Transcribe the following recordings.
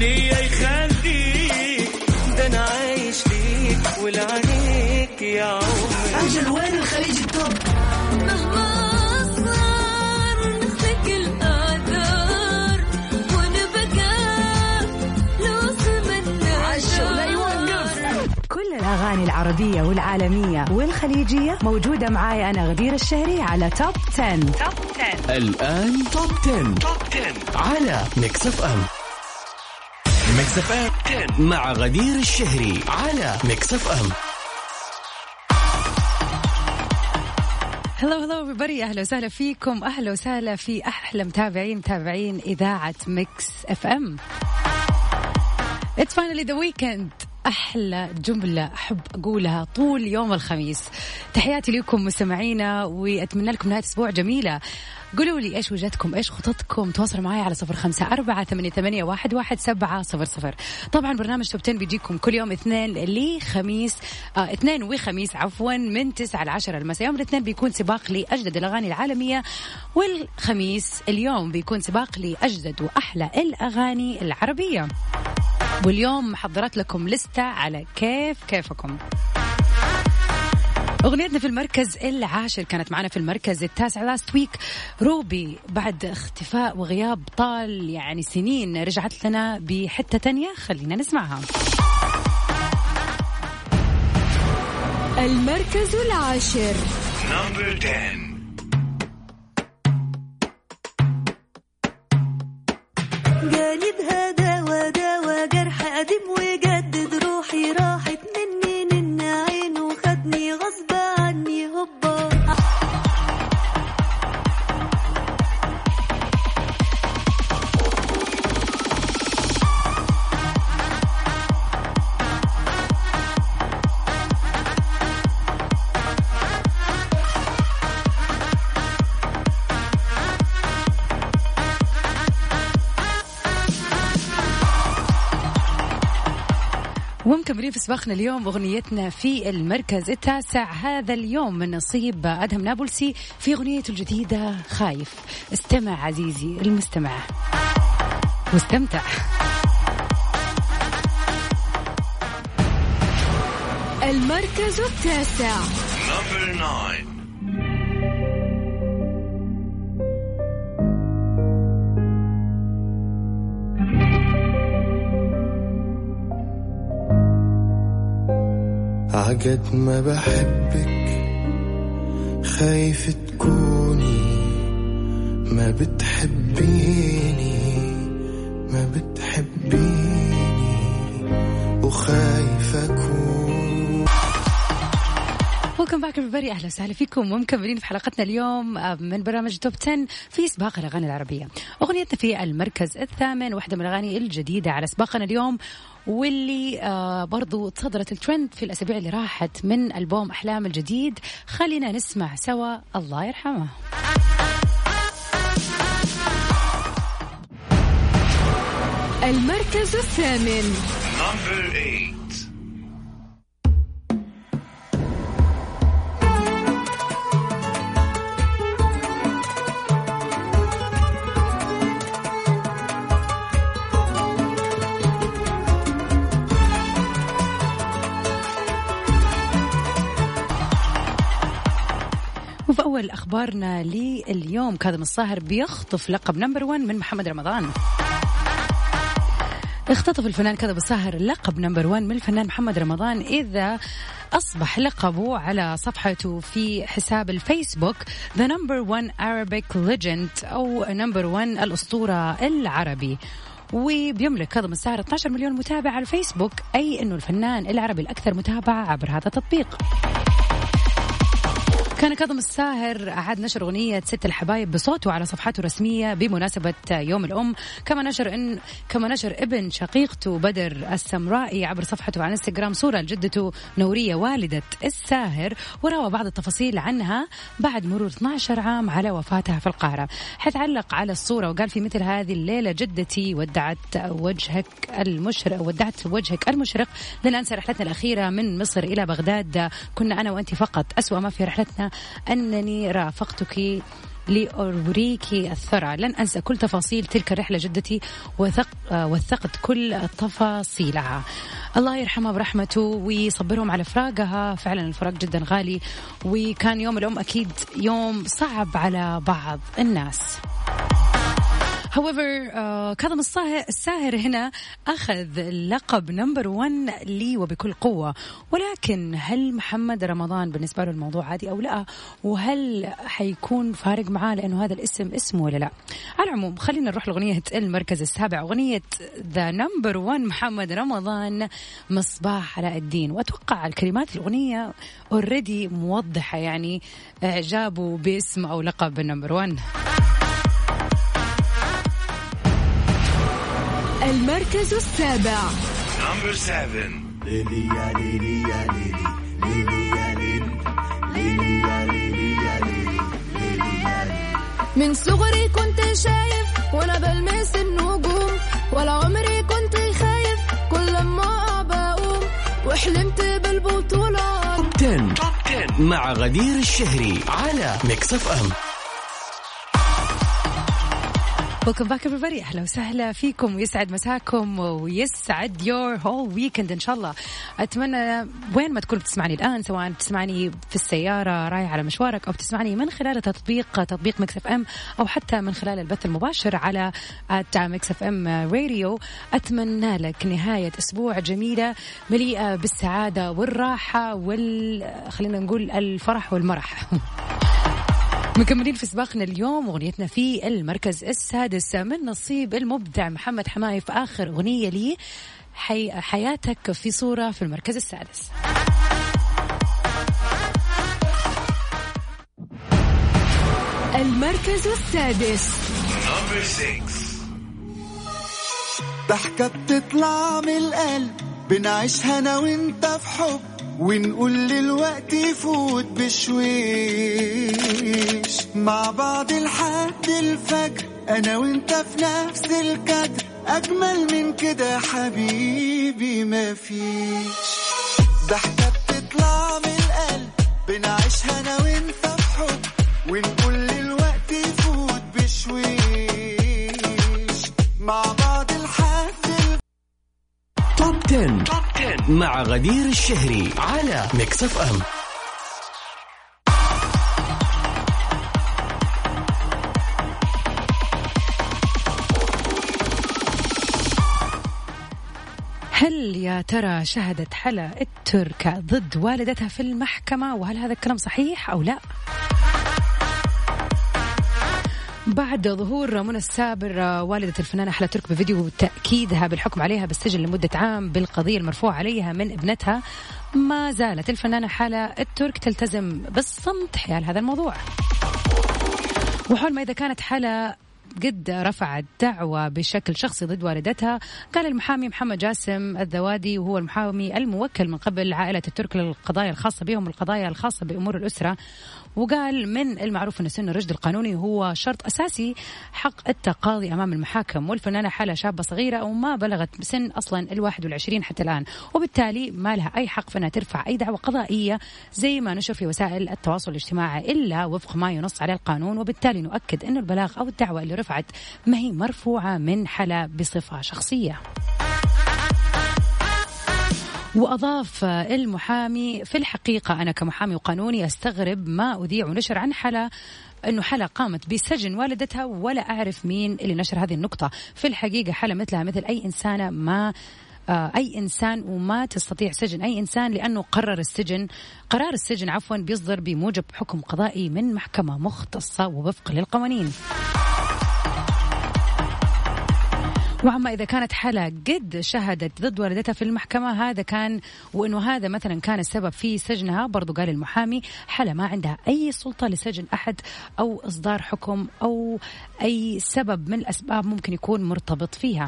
ليه يخليك ده أنا عايش ليك ولعنيك يا عمري. أجل وين الخليج التوب؟ كل الأغاني العربية والعالمية والخليجية موجودة معاي أنا غدير الشهري على توب 10. الآن توب 10 على ميكس اف ام. ميكس اف ام 10 مع غدير الشهري على ميكس اف ام. هلو بري، أهلا وسهلا فيكم، أهلا وسهلا في أحلى متابعين إذاعة ميكس اف ام. It's finally the weekend. أحلى جملة أحب أقولها طول يوم الخميس. تحياتي لكم مستمعينا وأتمنى لكم نهاية أسبوع جميلة. قولوا لي إيش وجدتكم، إيش خططكم، تواصلوا معي على 0548811700. طبعا برنامج توب 10 بيجيكم كل يوم اثنين وخميس من 9 ل 10 المساء. يوم الاثنين بيكون سباق لأجدد الأغاني العالمية، والخميس اليوم بيكون سباق لأجدد وأحلى الأغاني العربية. واليوم محضرت لكم لستة على كيفكم. أغنيتنا في المركز العاشر كانت معنا في المركز التاسع last week. روبي بعد اختفاء وغياب طال يعني سنين رجعت لنا بحتة تانية، خلينا نسمعها. المركز العاشر Number 10. جانبها دوا جرح قديم وجدد روحي راحت مني نن عين وخدني غصب عني هوبا. ومكملين في سباقنا اليوم. أغنيتنا في المركز التاسع هذا اليوم من نصيب أدهم نابلسي في أغنيته الجديدة خايف. استمع عزيزي المستمع واستمتع. المركز التاسع Number 9. عجد ما بحبك خايف تكوني ما بتحبيني وخايف أكون. وكم باك everybody، أهلا وسهلا فيكم ومكملين في حلقتنا اليوم من برنامج توب 10 في سباق الأغاني العربية. أغنيتنا في المركز الثامن، واحدة من الأغاني الجديدة على سباقنا اليوم، واللي برضو تصدرت الترند في الأسابيع اللي راحت من ألبوم أحلام الجديد. خلينا نسمع سوا الله يرحمه. المركز الثامن Number 8. وفي أول أخبارنا لليوم، كاظم الساهر بيخطف لقب نمبر 1 من محمد رمضان. اختطف الفنان كاظم الساهر لقب نمبر 1 من الفنان محمد رمضان، إذا أصبح لقبه على صفحته في حساب الفيسبوك The Number 1 Arabic Legend أو نمبر 1 الأسطورة العربي. وبيملك كاظم الساهر 12 مليون متابع على الفيسبوك، أي أنه الفنان العربي الأكثر متابعة عبر هذا التطبيق. كان كاظم الساهر أعاد نشر أغنية ست الحبايب بصوته على صفحته الرسمية بمناسبة يوم الأم. كما نشر ابن شقيقته بدر السمرائي عبر صفحته على انستغرام صورة لجدته نورية والدة الساهر، وروى بعض التفاصيل عنها بعد مرور 12 عام على وفاتها في القاهرة. حيث علق على الصورة وقال: في مثل هذه الليلة جدتي ودعت وجهك المشرق لن أنسى رحلتنا الأخيرة من مصر إلى بغداد. كنا أنا وأنت فقط، أسوأ ما في رحلتنا أنني رافقتك لأوريكي الثرى. لن أنسى كل تفاصيل تلك الرحلة جدتي وثقت كل تفاصيلها. الله يرحمها برحمته ويصبرهم على فراقها. فعلا الفراق جدا غالي، وكان يوم الأم أكيد يوم صعب على بعض الناس. However, كاظم الساهر هنا أخذ لقب نمبر 1 لي وبكل قوة، ولكن هل محمد رمضان بالنسبة له الموضوع عادي أو لا؟ وهل حيكون فارق معاه لأنه هذا الاسم اسمه ولا لا؟ على العموم خلينا نروح لأغنية المركز السابع، أغنية ذا نمبر 1 محمد رمضان مصباح علاء الدين. وأتوقع الكلمات الأغنية already موضحة يعني إعجابه باسم أو لقب نمبر 1. المركز السابع. Number 7. ليلي يا ليلي يا ليلي ليلي يا ليلي ليلي يا ليلي يا ليلي ليلي يا ليلي. من صغري كنت شايف وانا بلمس النجوم، ولا عمري كنت خايف كل ما بقوم، وحلمت بالبطولات. توب 10 مع غدير الشهري على ميكس اف ام. Welcome back everybody. أهلا وسهلا فيكم ويسعد مساكم ويسعد your whole weekend إن شاء الله. أتمنى وين ما تكون بتسمعني الآن، سواء بتسمعني في السيارة رايح على مشوارك، أو بتسمعني من خلال تطبيق ميكس اف ام، أو حتى من خلال البث المباشر على ميكس اف ام راديو. أتمنى لك نهاية أسبوع جميلة مليئة بالسعادة والراحة خلينا نقول الفرح والمرح. مكملين في سباقنا اليوم، أغنيتنا في المركز السادس من نصيب المبدع محمد حماي في آخر أغنية لي حياتك في صورة في المركز السادس. المركز السادس. Number 6. ضحكة بتطلع من القلب بنعيشها أنا وإنت في حب، ونقول للوقت يفوت بشويش مع بعض لحد الفجر، أنا وإنت في نفس الكادر، أجمل من كده حبيبي ما فيش. ضحكة بتطلع من القلب بنعيشها أنا وإنت في حب، ونقول للوقت يفوت بشويش مع بعض لحد توب 10 مع غدير الشهري على ميكس اف ام. هل يا ترى شهدت حلا التركة ضد والدتها في المحكمة؟ وهل هذا الكلام صحيح أو لا؟ بعد ظهور منى السابر والدة الفنانة حلا ترك بفيديو تأكيدها بالحكم عليها بالسجن لمدة عام بالقضية المرفوع عليها من ابنتها، ما زالت الفنانة حلا الترك تلتزم بالصمت حيال هذا الموضوع. وحول ما إذا كانت حلا قد رفعت دعوة بشكل شخصي ضد والدتها، قال المحامي محمد جاسم الذوادي، وهو المحامي الموكل من قبل عائلة الترك للقضايا الخاصة بهم والقضايا الخاصة بأمور الأسرة، وقال من المعروف أن سن الرشد القانوني هو شرط أساسي حق التقاضي أمام المحاكم، والفنانة حالة شابة صغيرة وما بلغت سن أصلا 21 حتى الآن، وبالتالي ما لها أي حق فإنها ترفع أي دعوة قضائية زي ما نشر في وسائل التواصل الاجتماعي إلا وفق ما ينص عليه القانون. وبالتالي نؤكد أن البلاغ أو الدعوة اللي رفعت ما هي مرفوعة من حلا بصفة شخصية. وأضاف المحامي: في الحقيقة أنا كمحامي وقانوني أستغرب ما أذيع ونشر عن حلا أنه حلا قامت بسجن والدتها ولا أعرف مين اللي نشر هذه النقطة. في الحقيقة حلا مثلها مثل أي إنسانة، ما أي إنسان، وما تستطيع سجن أي إنسان لأنه قرار السجن بيصدر بموجب حكم قضائي من محكمة مختصة ووفق للقوانين. وعما إذا كانت حلا قد شهدت ضد والدتها في المحكمة وإنه هذا مثلا كان السبب في سجنها، برضو قال المحامي حلا ما عندها أي سلطة لسجن أحد أو إصدار حكم أو أي سبب من الأسباب ممكن يكون مرتبط فيها.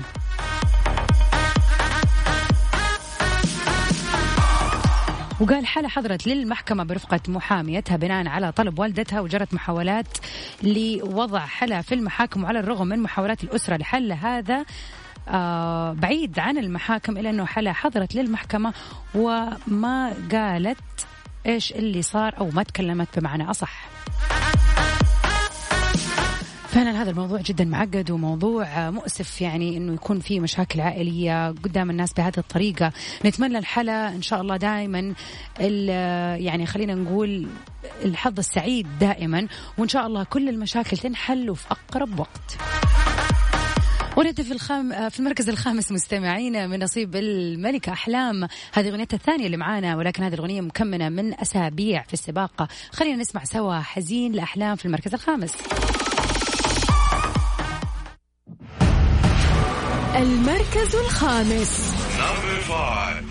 وقال حلا حضرت للمحكمة برفقة محاميتها بناء على طلب والدتها، وجرت محاولات لوضع حلا في المحاكم، وعلى الرغم من محاولات الأسرة لحل هذا بعيد عن المحاكم، إلا أنه حلا حضرت للمحكمة وما قالت إيش اللي صار أو ما تكلمت بمعنى أصح. فعلا هذا الموضوع جدا معقد وموضوع مؤسف، يعني انه يكون في مشاكل عائليه قدام الناس بهذه الطريقه. نتمنى الحلا ان شاء الله دائما، يعني خلينا نقول الحظ السعيد دائما، وان شاء الله كل المشاكل تنحل وفي اقرب وقت. ونأتي في المركز الخامس مستمعين من نصيب الملكة أحلام، هذه أغنيتها الثانية اللي معانا، ولكن هذه الأغنية مكمنة من أسابيع في السباق. خلينا نسمع سوا حزين لأحلام في المركز الخامس. المركز الخامس. Number 5.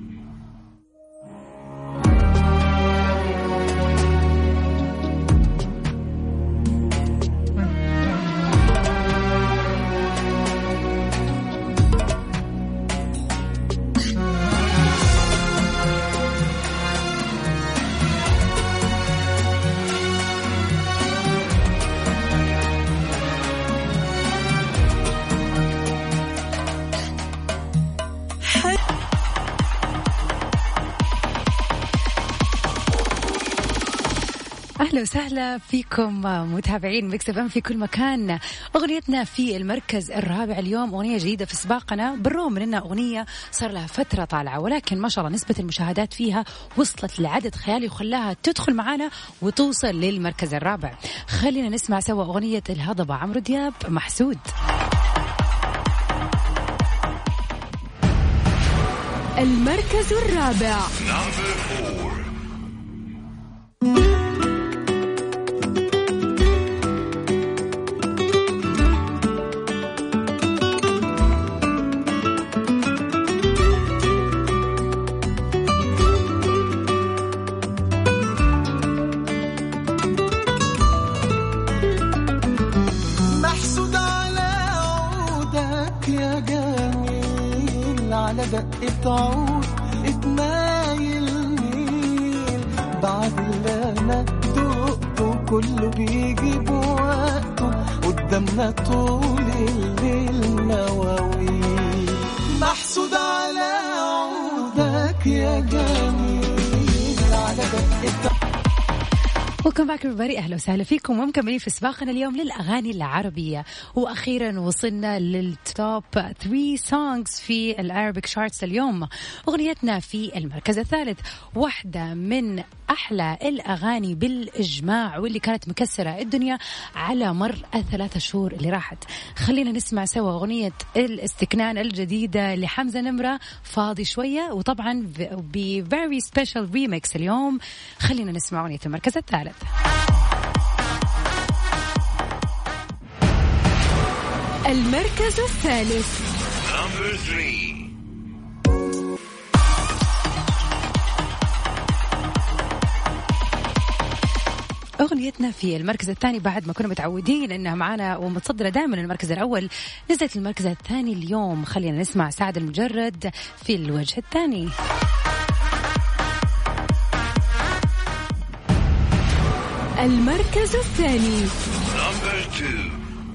أهلا وسهلا فيكم متابعين ميكس اف ام في كل مكان. أغنيتنا في المركز الرابع اليوم أغنية جديدة في سباقنا، بالرغم من أنها أغنية صار لها فترة طالعة، ولكن ما شاء الله نسبة المشاهدات فيها وصلت لعدد خيالي وخلاها تدخل معنا وتوصل للمركز الرابع. خلينا نسمع سوا أغنية الهضبة عمرو دياب محسود. المركز الرابع. Number 4. دقة عود اتمايل ميل بعد اللي انا دقته كله بيجي بوقته قدامنا طول الليل نواويل محسود على عودك يا جميل على دقة. وكم باك بري، أهلا وسهلا فيكم ومكملين في سباقنا اليوم للأغاني العربية. وأخيرا وصلنا للتوب 3 سونجز في العربيك شارتس اليوم. أغنيتنا في المركز الثالث، واحدة من أحلى الأغاني بالإجماع واللي كانت مكسرة الدنيا على مر ال3 شهور اللي راحت. خلينا نسمع سوا أغنية الاستكنان الجديدة لحمزة نمرة، فاضي شوية، وطبعا very special remix اليوم. خلينا نسمع أغنية المركز الثالث. المركز الثالث. Number 3. أغنيتنا في المركز الثاني بعد ما كنا متعودين إنها معانا ومتصدرة دائما المركز الأول، نزلت المركز الثاني اليوم. خلينا نسمع سعد المجرد في الوجه الثاني. المركز الثاني. Number 2.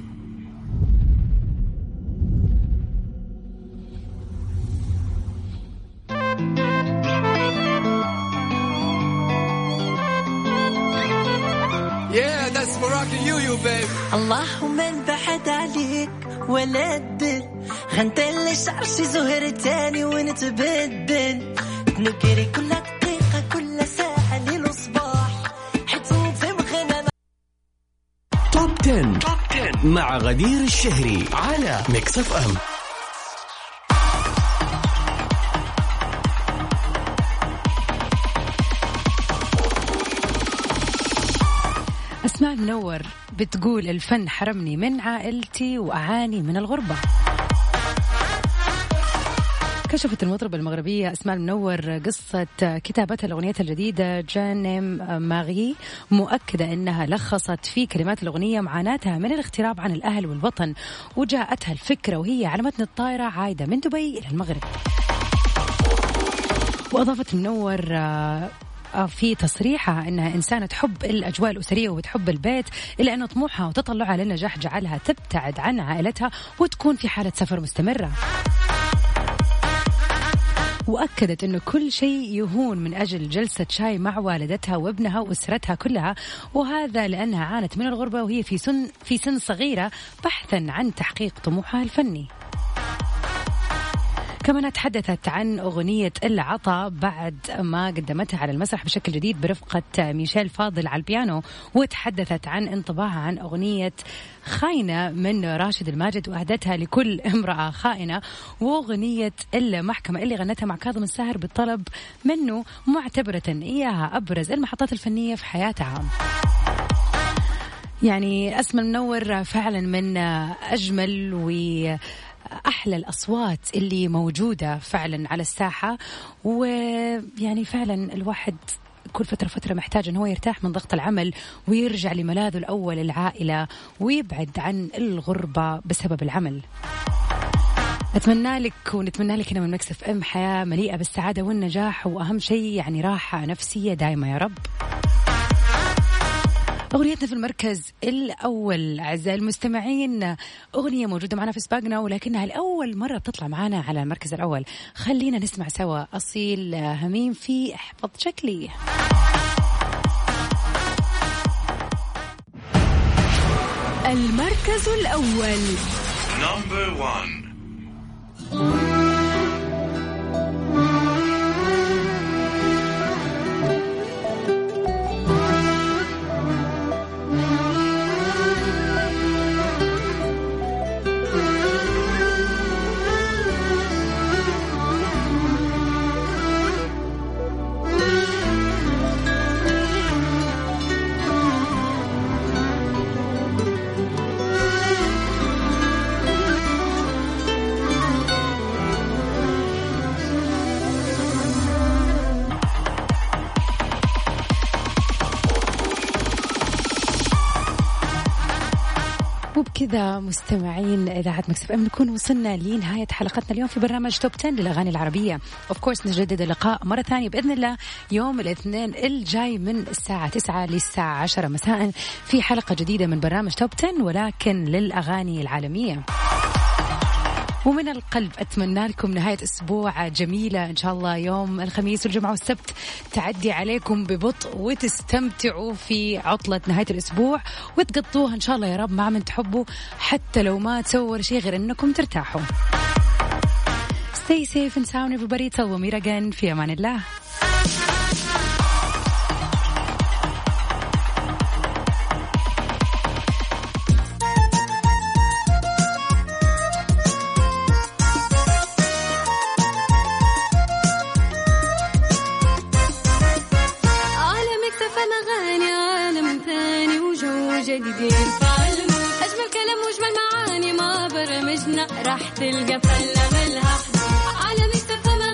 Yeah, that's Moroccan you babe. اللهم انبحت عليك ولا تدل غنتلي شعرشي زهر تاني ونتبدل نقري كل دقيقة كل ساعة ليل وصباح حيت انت مغنى. توب 10 مع غدير الشهري على ميكس اف ام. أسماء منور بتقول الفن حرمني من عائلتي وأعاني من الغربة. كشفت المطربة المغربية أسماء منور قصة كتابتها الأغنية الجديدة جانيم ماغي، مؤكدة أنها لخصت في كلمات الأغنية معاناتها من الاغتراب عن الأهل والوطن، وجاءتها الفكرة وهي على متن الطائرة عايدة من دبي إلى المغرب. وأضافت منور في تصريحها أنها إنسانة تحب الأجواء الأسرية وتحب البيت، إلا أن طموحها وتطلعها للنجاح جعلها تبتعد عن عائلتها وتكون في حالة سفر مستمرة. وأكدت أنه كل شيء يهون من أجل جلسة شاي مع والدتها وابنها وأسرتها كلها، وهذا لأنها عانت من الغربة وهي في سن صغيرة بحثا عن تحقيق طموحها الفني. كمان تحدثت عن أغنية العطا بعد ما قدمتها على المسرح بشكل جديد برفقة ميشيل فاضل على البيانو، وتحدثت عن انطباعها عن أغنية خاينة من راشد الماجد وأهدتها لكل امرأة خائنة، وأغنية المحكمة اللي غنتها مع كاظم الساهر بالطلب منه، معتبرة إياها أبرز المحطات الفنية في حياتها. يعني أسماء المنور فعلا من أجمل وأحلى الأصوات اللي موجودة فعلا على الساحة، ويعني فعلا الواحد كل فترة محتاج أنه هو يرتاح من ضغط العمل ويرجع لملاذه الأول العائلة ويبعد عن الغربة بسبب العمل. أتمنى لك ونتمنى لك هنا من مكس اف ام حياة مليئة بالسعادة والنجاح، وأهم شيء يعني راحة نفسية دائما يا رب. أغنيتنا في المركز الأول أعزائي المستمعين، أغنية موجودة معنا في سباقنا ولكنها لأول مرة بتطلع معنا على المركز الأول. خلينا نسمع سوا أصيل هميم في احفظ شكلي. المركز الأول. Number 1. وبكذا مستمعين إذاعة مكس اف ام نكون وصلنا لنهاية حلقتنا اليوم في برنامج توب 10 للأغاني العربية. اوف كورس نجدد اللقاء مرة ثانية بإذن الله يوم الاثنين الجاي من الساعة 9 للساعة 10 مساء في حلقة جديدة من برنامج توب 10 ولكن للأغاني العالمية. ومن القلب أتمنى لكم نهاية أسبوع جميلة إن شاء الله. يوم الخميس والجمعة والسبت تعدي عليكم ببطء وتستمتعوا في عطلة نهاية الأسبوع وتقضوها إن شاء الله يا رب مع من تحبوا، حتى لو ما تسووا شيء غير أنكم ترتاحوا. Stay safe and sound everybody. till we meet again. في أمان الله. أجمل كلام وأجمل معاني ما برمجنا راح تلقى فلة.